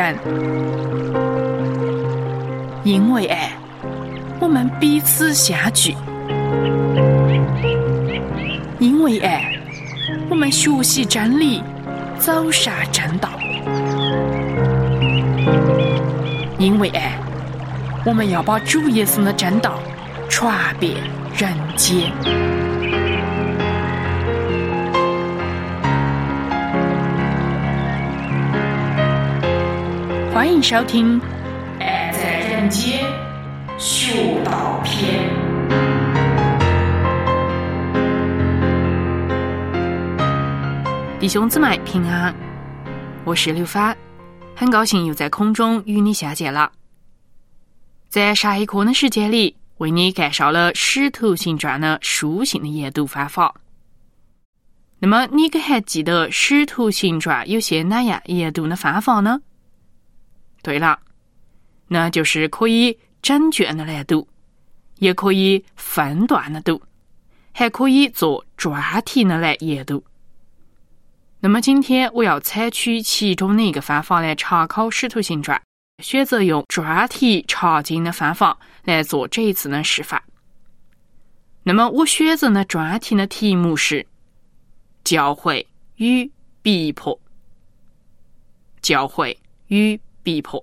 山。因为爱，我们彼此相聚；因为爱，我们学习真理，走上正道；因为爱，我们要把主耶稣的真道传遍人间。欢迎收听《爱在人间学道篇》。弟兄姊妹平安，我是刘发，很高兴又在空中与你相见了。在上一课的时间里，为你介绍了《使徒行传》的书信的研读方法。那么你可还记得《使徒行传》有些哪样研读的方法呢？对了，那就是可以整卷的来读，也可以分段的读，还可以做专题的来研读。那么今天我要采取其中的一个方法来查考《使徒行传》，选择用专题查经的方法来做这一次的示范。那么我选择的专题的题目是教会与逼迫。教会与逼迫。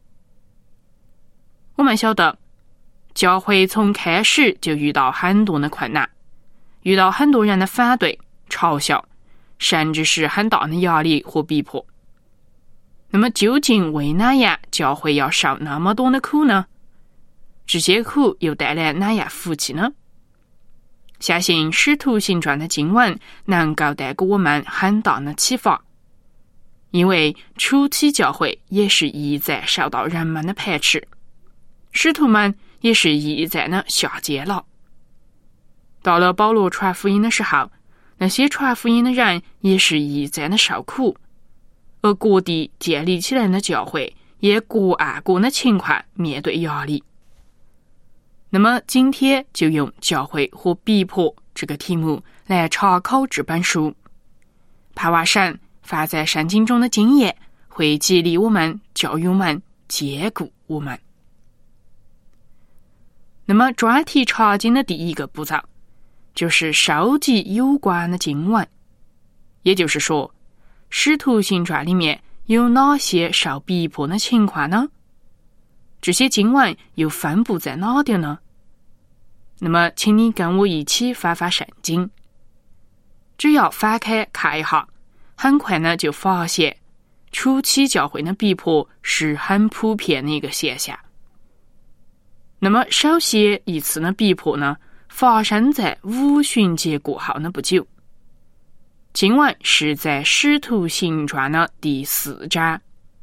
我们晓得，教会从开始就遇到很多的困难，遇到很多人的反对、嘲笑，甚至是很大的压力和逼迫。那么究竟为哪样教会要受那么多的苦呢？这些苦又带来哪样福气呢？相信《使徒行传》的经文能够带给我们很大的启发，因为初期教会也是一再受到人们的排斥，使徒们也是一再的下监牢。到了保罗传福音的时候，那些传福音的人也是一再的受苦，而各地建立起来的教会也各按各的情况面对压力。那么今天就用教会和逼迫这个题目来查考这本书，盼望神放在圣经中的经验会激励我们、教育我们、坚固我们。那么专题查经的第一个步骤就是收集有关的经文，也就是说，使徒行传里面有哪些受逼迫的情况呢？这些经文又分布在哪里呢？那么请你跟我一起翻翻圣经，只要翻开看一下，很快呢就发现初期教会的逼迫是很普遍的一个现象。那么首先一次的逼迫呢，发生在五旬节过后的不久。经文是在使徒行传的第4章。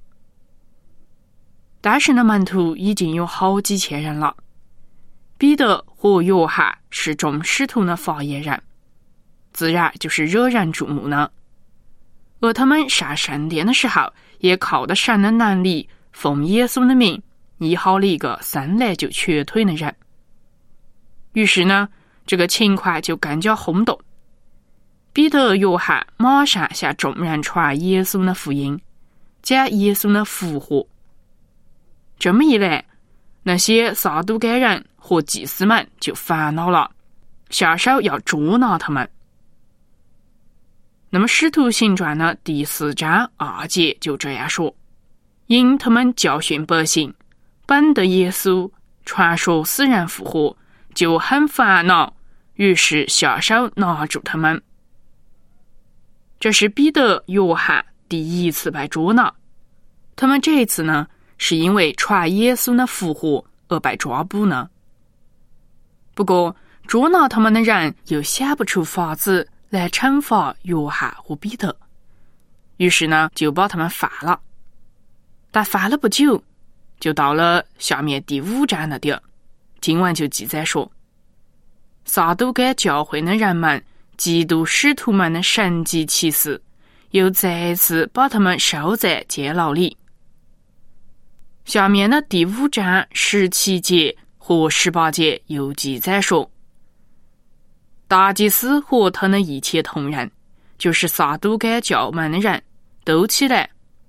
当时的门徒已经有好几千人了，彼得和约翰是众使徒的发言人，自然就是惹人注目呢。而他们上圣殿的时候，也靠着神的能力，奉耶稣的名医好了一个生来就瘸腿的人。于是呢，这个情况就更加轰动。彼得、约翰马上向众人传耶稣的福音，讲耶稣的复活。这么一来，那些撒都该人和祭司们就烦恼了，下手要捉拿他们。那么使徒行传的第4章2节就这样说：因他们教训百姓，本得耶稣，传说死人复活，就很烦恼，于是下手拿住他们。这是彼得、约翰第一次被捉拿，他们这一次呢，是因为传耶稣的复活而被抓捕呢。不过捉拿他们的人又想不出法子来惩罚约翰和彼得，于是呢就把他们放了。但放了不久，就到了下面第5章那点，经文就记载说，撒都该教会的人们嫉妒使徒们的神迹奇事，又再一次把他们收在监牢里。下面的第5章17节和18节又记载说，大祭司和他的一切同人，就是撒都该教门的人，都起来，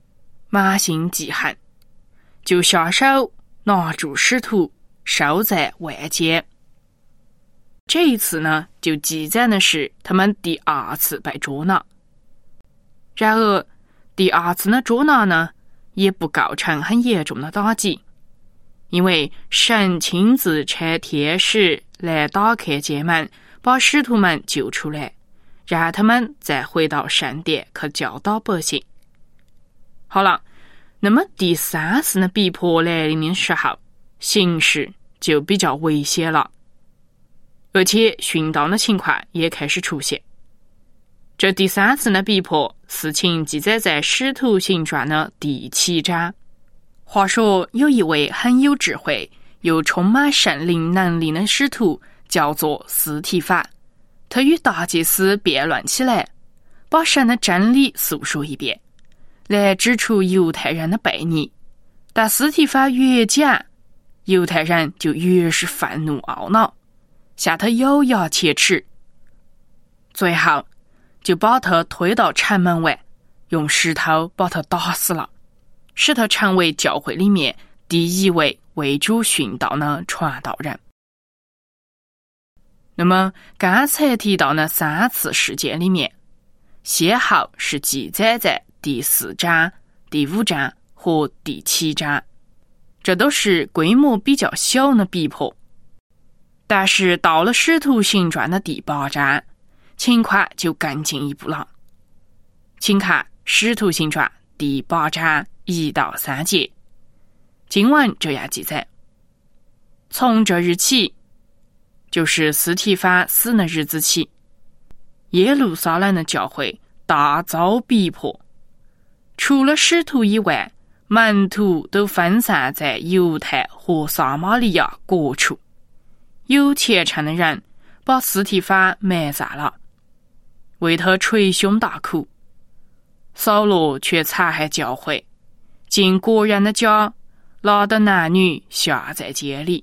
马心极寒，就下手拿住使徒，烧在外间。这一次呢，就记载的是他们第二次被捉拿。然而，第二次的捉拿呢，也不构成很严重的打击，因为神亲自差天使来打开监门，把使徒们救出来，让他们再回到圣殿去教导百姓。好了，那么第三次的逼迫来临的时候，形势就比较危险了，而且殉道的情况也开始出现。这第三次的逼迫事情记载在《使徒行传》的第7章。话说有一位很有智慧又充满圣灵能力的使徒，叫做司提反，他与大祭司辩论起来，把神的真理诉说一遍，来指出犹太人的悖逆。但司提反越讲，犹太人就越是愤怒懊恼，向他咬牙切齿，最后就把他推到城门外，用石头把他打死了，使他成为教会里面第一位为主殉道的传道人。那么刚才提到的3次事件里面，先后是记载在第4章、第5章和第7章，这都是规模比较小的逼迫。但是到了《使徒行传》的第8章，情况就更进一步了。请看《使徒行传》第8章1到3节，经文这样记载：从这日起，就是司提反死的日子起，耶路撒冷的教会大遭逼迫，除了使徒以外，门徒都分散在犹太和撒玛利亚各处。有虔诚的人把司提反埋葬了，为他捶胸大哭。扫罗却残害教会，进国人的家，拉的男女下在监里。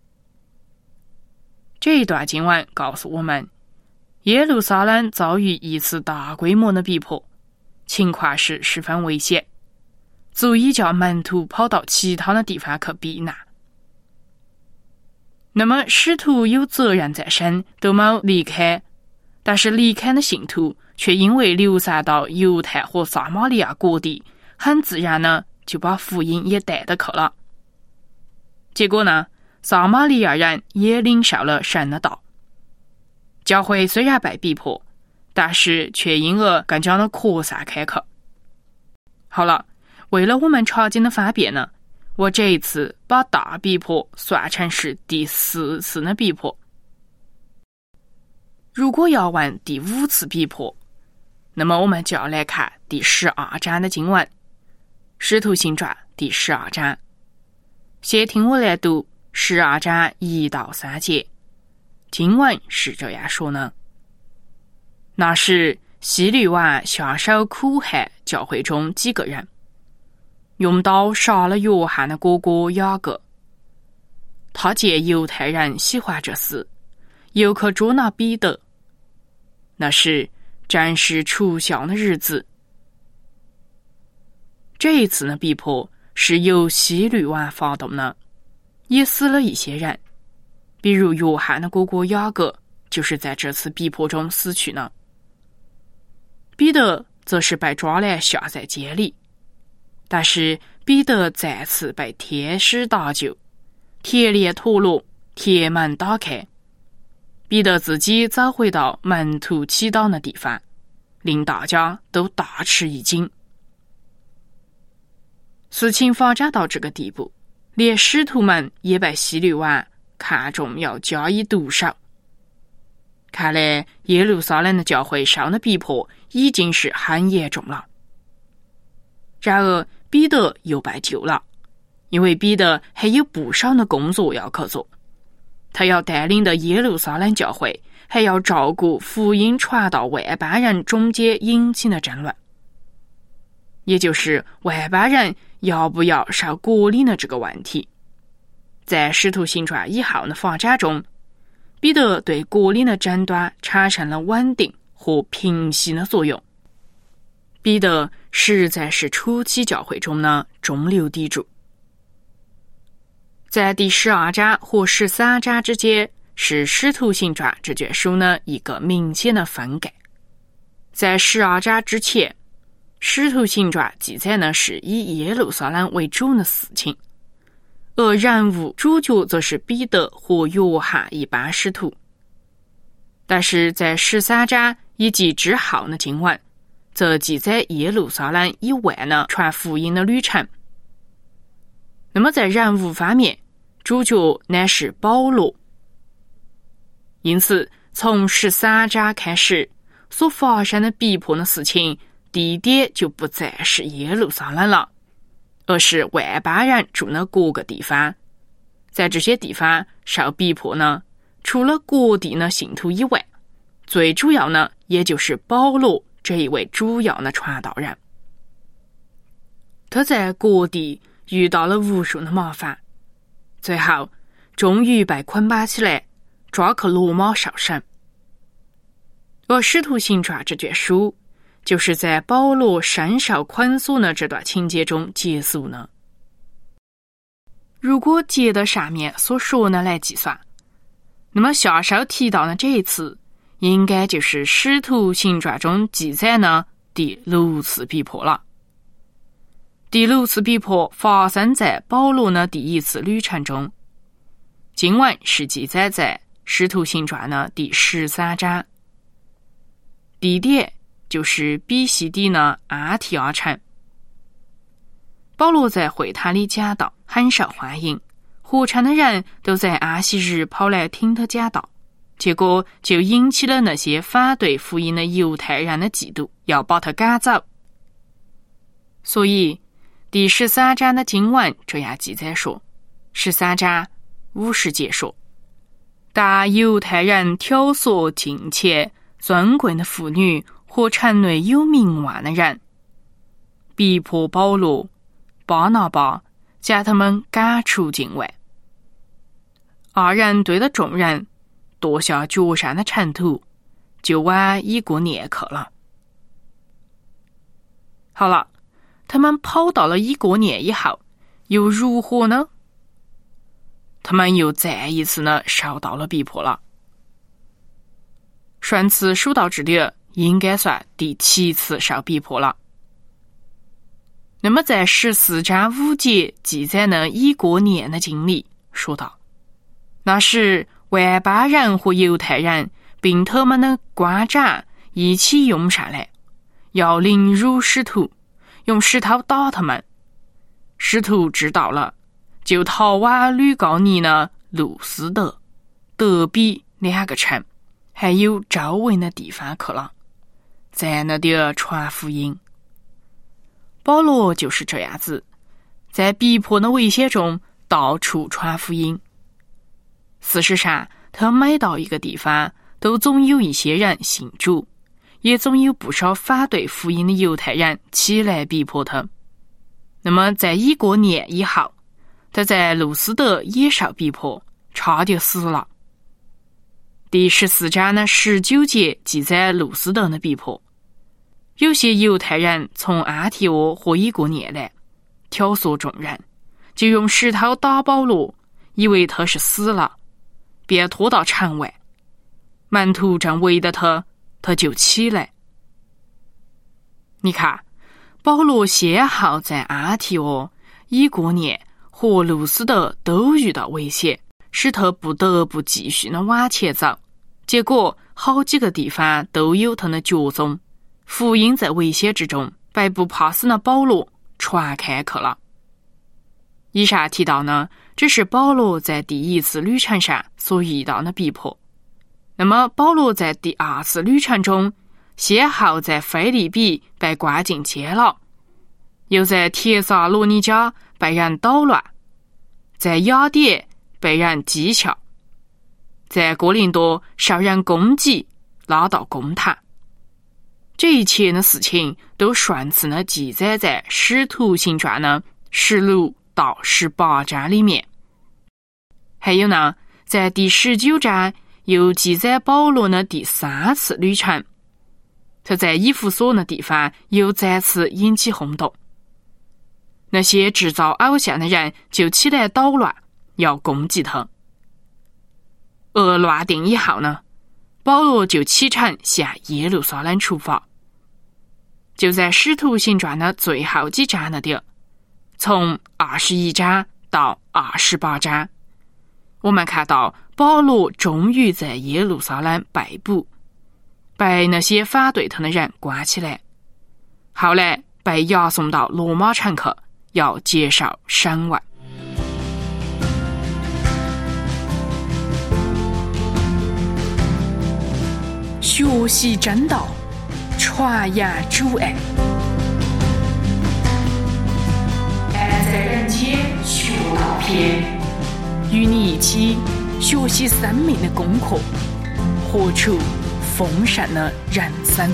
这一段经文告诉我们，耶路撒冷遭遇一次大规模的逼迫，情况是十分危险，足以叫门徒跑到其他的地方去避难。那么使徒有责任在身，都没离开，但是离开的信徒却因为流散到犹太和撒玛利亚各地，很自然呢就把福音也带得去了。结果呢，撒玛利亚人也领受了神的道。教会虽然被逼迫，但是却因而更加的扩散开去。好了，为了我们查经的方便呢，我这一次把大逼迫算成是第4次的逼迫。如果要问第5次逼迫，那么我们就要来看第12章的经文，《使徒行传》第12章。先听我来读12章1到3节，经文是这样说呢：那时希律王下手苦害教会中几个人，用刀杀了约翰的哥哥雅各。他见犹太人喜欢这事，又可捉拿彼得。那时正是除酵的日子。这一次的逼迫是由希律王发动的，也死了一些人，比如约翰的哥哥雅各就是在这次逼迫中死去了。彼得则是被抓来下在监里，但是彼得再次被天使搭救，铁链脱落，铁门打开，彼得自己走回到门徒祈祷的地方，令大家都大吃一惊。事情发展到这个地步，连使徒们也被希律王看中，要加以毒手。看来耶路撒冷的教会受的逼迫已经是很严重了。然而彼得又被救了，因为彼得还有不少的工作要去做，他要带领的耶路撒冷教会，还要照顾福音传到外邦人中间引起的争论，也就是外邦人要不要受割礼的这个问题。在使徒行传以后的发展中，彼得对割礼的争端产生了稳定和平息的作用。 彼得实在是初期教会中的中流砥柱。在第12章和13章之间，是《使徒行传》这卷书的一个明显的分隔。在12章之前，《使徒行传》记载的是以耶路撒冷为主的事情，而人物主角则是彼得和约翰一班使徒。但是在13章以及之后的经文，则记载耶路撒冷以外的传福音的旅程。那么在人物方面，主角乃是保罗。因此从13章开始所发生的逼迫的事情，地点就不再是耶路撒冷了，而是外邦人住的各个地方。在这些地方受逼迫呢，除了各地的信徒以外，最主要呢也就是保罗这一位主要的传道人。他在各地遇到了无数的麻烦，最后终于被捆绑起来，抓去罗马受审。而《使徒行传》这卷书就是在保罗深受捆锁的这段情节中结束呢。如果接着上面所说的来计算，那么下首提到的这一次应该就是《使徒行传》中记载的第6次逼迫了。第6次逼迫发生在保罗的第1次旅程中，经文是记载在《使徒行传》的第13章，地点就是比西底的阿提阿城。保罗在会堂里讲道，很受欢迎，合城的人都在安息日跑来听他讲道，结果就引起了那些反对福音的犹太人的嫉妒，要把他赶走。所以第13章的经文这样记载说，13章50节说，但犹太人挑唆近前尊贵的妇女和城内有名望的人，逼迫保罗、巴拿巴，将他们赶出境外。二人对着众人跺下脚上的尘土，就往以哥念去了。好了，他们跑到了以哥念以后，又如何呢？他们又再一次呢受到了逼迫了。顺次数到这里，应该算第7次受逼迫了。那么在14章5节记载的以哥念的经历说道，那时外邦人和犹太人并他们的官长一起涌上来，要凌辱使徒，用石头打他们。使徒知道了，就逃往吕高尼的路斯德、德比2个城，还有周围的地方去了，在那里传福音。保罗就是这样子，在逼迫的危险中到处传福音。事实上，他每到一个地方，都总有一些人信主，也总有不少反对福音的犹太人起来逼迫他。那么在以哥念以后，他在路斯德也受逼迫，差点死了。第14章的19节记载路斯德的逼迫，有些犹太人从安提阿和以哥念来，挑唆众人，就用石头打保罗，以为他是死了，便拖到城外。门徒正围着他，他就起来。你看，保罗先后在安提阿、以哥念和路斯德都遇到危险，使他不得不继续的往前走。结果好几个地方都有他的脚踪，福音在危险之中被不怕死的保罗传开去了。以上提到呢，这是保罗在第1次旅程上所遇到的逼迫。那么保罗在第2次旅程中，先后在腓立比被关进监牢，又在帖撒罗尼迦被人捣乱，在雅典被人讥笑，在哥林多受人攻击，拉到公堂。这一切的事情都顺次的记载在《使徒行传》的16到18章里面。还有呢，在第19章又记载保罗的第3次旅程， 他在以弗所的地方又再次引起轰动。那些制造偶像的人就起来捣乱，要攻击他。而乱定以后呢，保罗就启程向耶路撒冷出发。就在使徒行传的最后几章那点，从21章到28章，我们看到保罗终于在耶路撒冷被捕，被那些反对他的人关起来，后来被押送到罗马城去，要接受审问。学习真道，传扬主爱。爱在人间学道篇，与你一起学习生命的功课，活出丰盛的人生。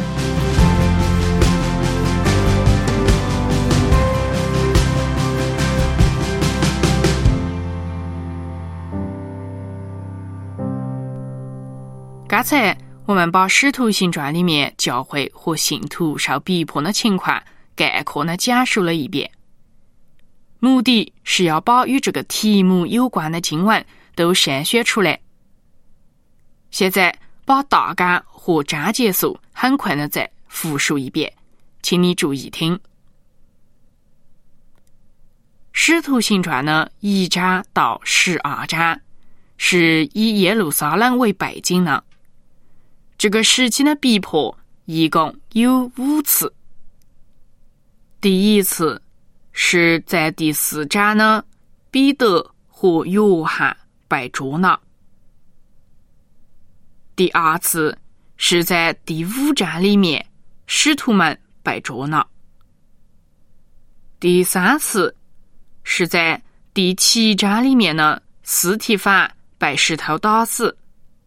刚才我们把《使徒行传》里面教会和信徒受逼迫的情况概括地讲述了一遍，目的是要把与这个题目有关的经文都筛选出来。现在把大纲和章节数很快地再复述一遍，请你注意听。《使徒行传》的1章到12章是以耶路撒冷为背景的。这个时期的逼迫一共有5次。第一次是在第4章呢，彼得和约翰被捉拿。第2次是在第5章里面，使徒们被捉拿。第3次是在第7章里面呢，司提反被石头打死。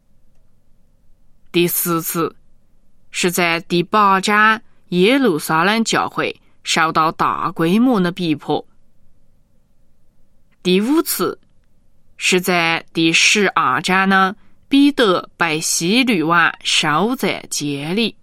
第4次是在第8章，耶路撒冷教会受到大规模的逼迫。第5次是在第12章呢，彼得被希律王收在监里。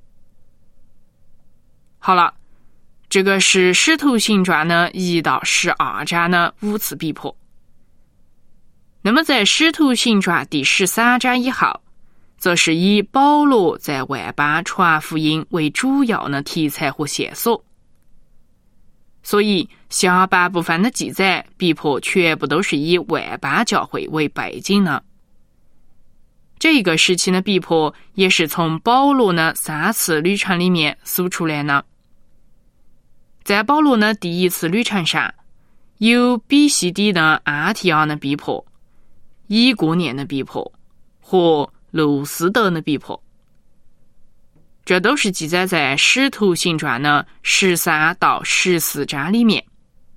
好了，这个是使徒行传的1到12章的5次逼迫。那么在使徒行传第13章以后，则是以保罗在外邦传福音为主要的题材和线索，所以下半部分的记载逼迫全部都是以外邦教会为背景的。这个时期的逼迫也是从保罗的3次旅程里面搜出来的。在保罗的第1次旅程上，有比西底的安提阿的逼迫、以哥念的逼迫和路斯德的逼迫，这都是记载在《使徒行传》的13到14章里面。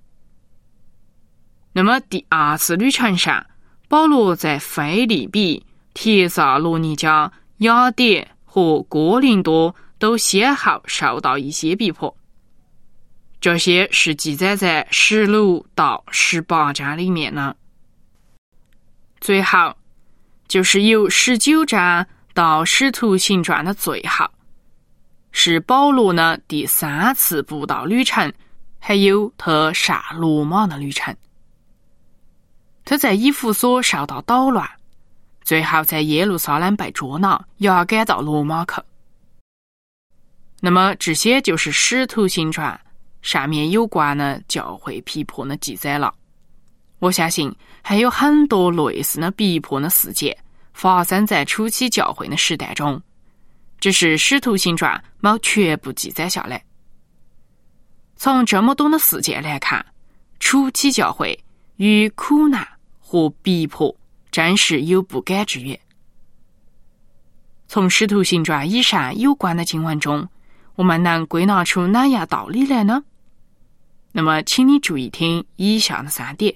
那么第2次旅程上，保罗在腓立比、帖撒罗尼迦、雅典和哥林多都先后受到一些逼迫，这些是记载在16到18章里面呢。最后就是由19章到使徒行传的最后，是保罗的第3次布道旅程，还有他上罗马的旅程。他在以弗所受到捣乱，最后在耶路撒冷被捉拿，押赶到罗马去。那么这些就是使徒行传上面有关的教会逼迫的记载了。我相信还有很多类似的逼迫的事件发生在初期教会的时代中，只是使徒行传没全部记载下来。从这么多的事件来看，初期教会与苦难和逼迫真是有不解之缘。从使徒行传以上有关的经文中，我们能归纳出哪样道理来呢？那么请你注意听以下的3点。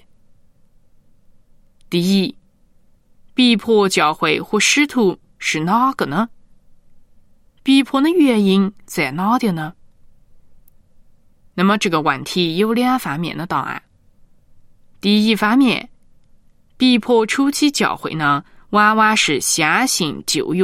第一，逼迫教会和使徒是哪个呢？逼迫的原因在哪点呢？那么这个问题有2方面的答案。第一方面，逼迫初期教会呢，往往是相信旧约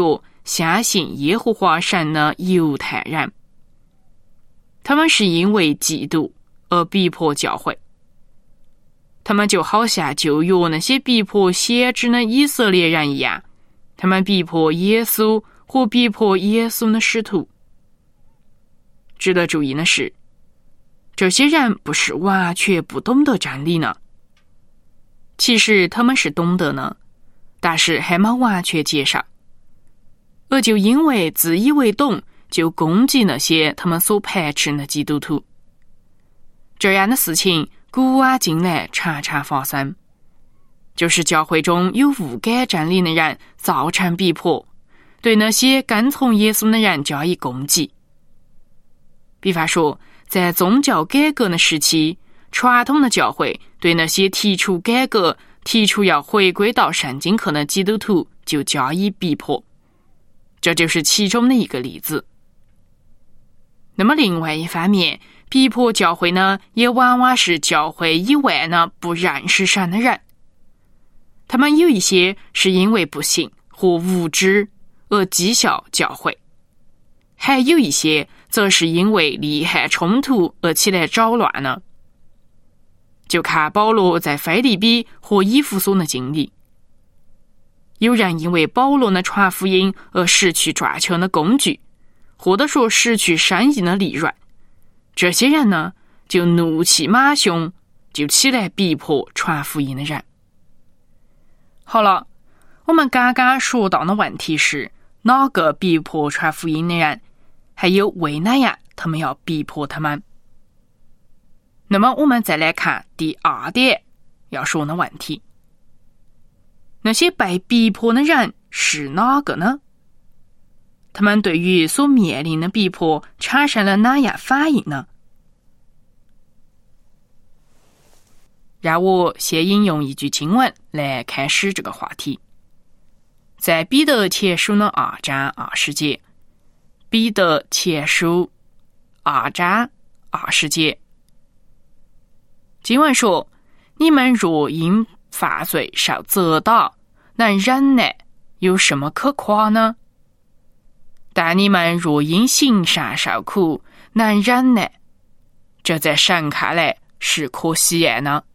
相信耶和华神的犹太人，他们是因为嫉妒而逼迫教会。他们就好像旧约那些逼迫先知的以色列人一样，他们逼迫耶稣或逼迫耶稣的使徒。值得注意的是，这些人不是完全不懂得真理呢，其实他们是懂得呢，但是还没完全接受，而就因为自以为懂，就攻击那些他们所排斥的基督徒。这样的事情古往今来常常发生，就是教会中有误解真理的人造成逼迫，对那些跟从耶稣的人加以攻击。比方说，在宗教改革的时期，传统的教会对那些提出改革、提出要回归到圣经课的基督徒就加以逼迫，这就是其中的一个例子。那么另外一方面，逼迫教会呢，也往往是教会以外呢不认识神的人。他们有一些是因为不信或无知而讥笑教会，还有一些则是因为利害冲突而起来捣乱呢。就看保罗在腓立比和以弗所的经历。有人因为保罗的传福音而失去赚钱的工具，或者说失去生意的利润，这些人呢就怒气马凶，就起来逼迫传福音的人。好了，我们刚刚说到的问题是哪个逼迫传福音的人，还有为哪样他们要逼迫他们。那么我们再来看第二点要说的问题，那些被逼迫的人是哪个呢？他们对于所面临的逼迫产生了哪样反应呢？让我先引用一句经文来开始这个话题。在彼得前书的2章20节，彼得前书2章20节，经文说：你们若因犯罪受责打，能忍耐，有什么可夸呢？但你们若因行善受苦，能忍耐，这在神看来是可喜爱呢。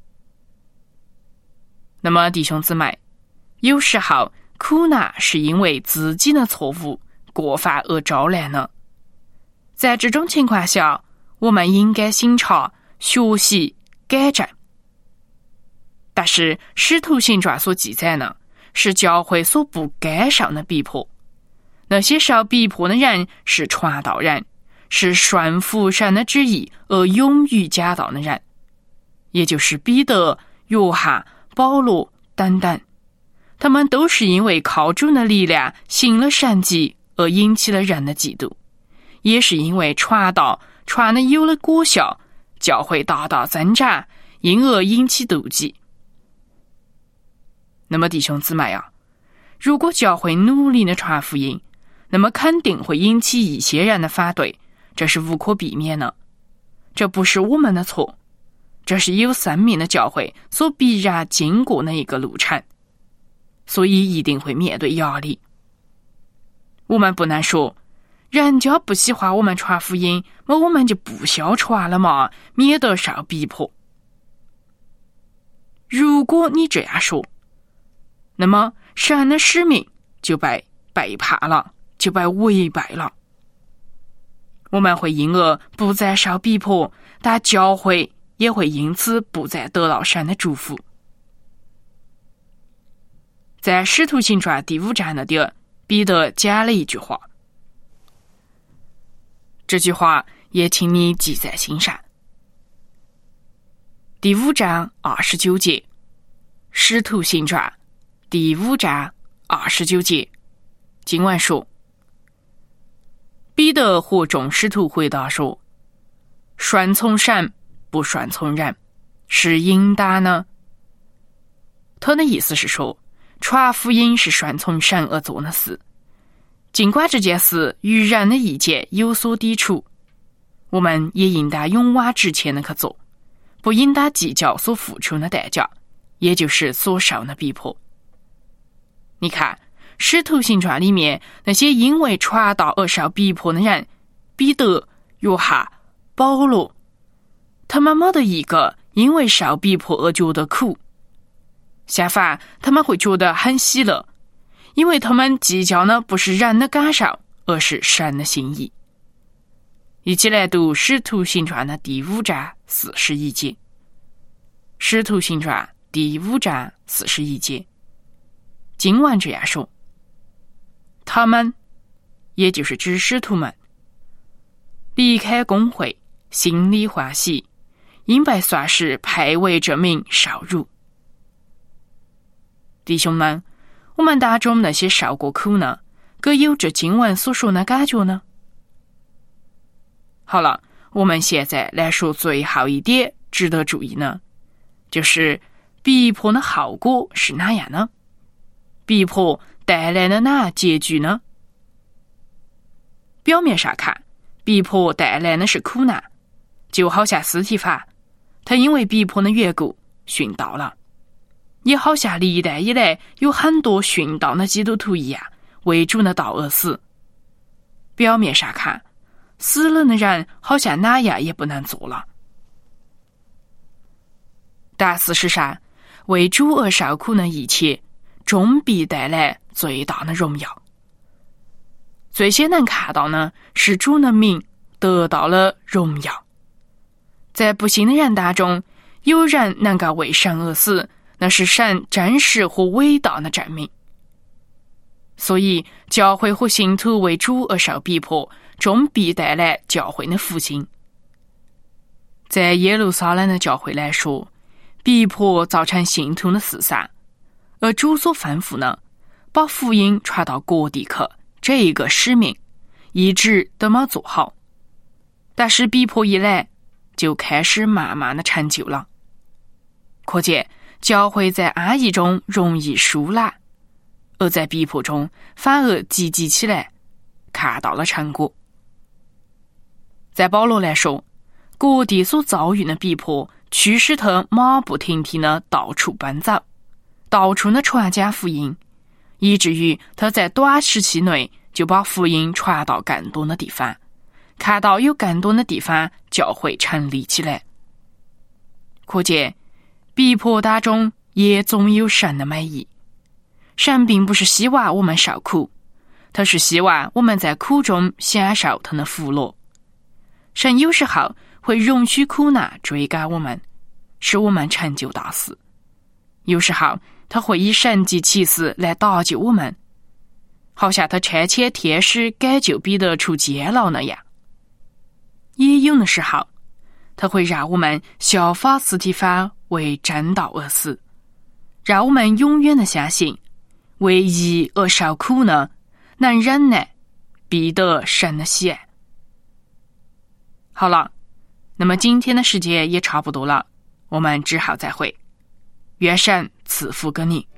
那么弟兄姊妹，有时候苦难是因为自己的错误过犯而招来呢。在这种情况下，我们应该省察、学习、改正。但是使徒行传所记载呢，是教会所不该受的逼迫。那些受逼迫的人是传道人，是顺服神的旨意而勇于讲道的人，也就是彼得、约翰、保罗等等。他们都是因为靠主的力量行了神迹而引起了人的嫉妒，也是因为传道传的有了果效，教会大大增长，因而引起妒忌。那么弟兄姊妹啊，如果教会努力的传福音，那么肯定会引起一些人的反对，这是无可避免的。这不是我们的错，这是有生命的教会所必然经过的一个路程，所以一定会面对压力。我们不能说人家不喜欢我们传福音，那我们就不消传了嘛，免得受逼迫。如果你这样说，那么神的使命就被背叛了，就被违背了。我们会因而不再受逼迫，但教会也会因此不再得到神的祝福。在使徒行传第5章那里，彼得讲了一句话，这句话也请你记在心上。第5章29节，使徒行传第5章29节，经文说：彼得和众使徒回答说，顺从神不顺从人，是应当呢。他的意思是说，传福音是顺从神而做的事，尽管这件事与人的意见有所抵触，我们也应当勇往直前的去做，不应当计较所付出的代价，也就是所受的逼迫。你看， 使徒行传里面那些因为传道而受逼迫的人，彼得、约翰、保罗，他们没得一个因为受逼迫而觉得苦，相反，他们会觉得很喜乐，因为他们计较的不是人的感受，而是神的心意。一起来读《使徒行传》的第5章41节。《使徒行传》第5章41节，经文这样说：他们，也就是指使徒们，离开公会，心里欢喜，因被算是配为这名受辱。弟兄们，我们当中那些受过苦呢，可有这经文所说的感觉呢？好了，我们现在来说最后一点值得注意呢，就是逼迫的后果是哪样呢？逼迫带来了哪结局呢？表面上看，逼迫带来的是苦难，就好像司提反，他因为逼迫的缘故殉道了，也好像历代以来有很多殉道的基督徒一样，为主的道而死。表面上看，死了的人好像哪样也不能做了，但事实上，为主而受苦的一切，终必带来最大的荣耀。最先能看到呢，是主的名得到了荣耀。在不幸的人当中，有人能够为神而死，那是神真实和伟大的证明。所以，教会和信徒为主而受逼迫，终必带来教会的复兴。在耶路撒冷的教会来说，逼迫造成信徒的四散，而主所吩咐呢，把福音传到各地去，这一个使命一直都没做好。但是逼迫一来，就开始慢慢的成就了。可见教会在安逸中容易疏懒，而在逼迫中反而积极起来，看到了成果。在保罗来说，各地所遭遇的逼迫驱使他马不停蹄的到处奔走，到处的传讲福音，以至于他在短时期内就把福音传到更多的地方，看到有更多的地方教会成立起来。可见逼迫当中也总有神的美意。神并不是希望我们受苦，他是希望我们在苦中享受他的福乐。神有时候会容许苦难追赶我们，使我们成就大事，有时候他会以神迹奇事来搭救我们，好像他差遣天使解救彼得出监牢那样。也有的时候他会让我们效法司提反为真道而死，让我们永远的相信，为义而受苦呢，能忍耐，必得神的喜爱。好了，那么今天的时间也差不多了，我们之后再会。愿神赐福给你。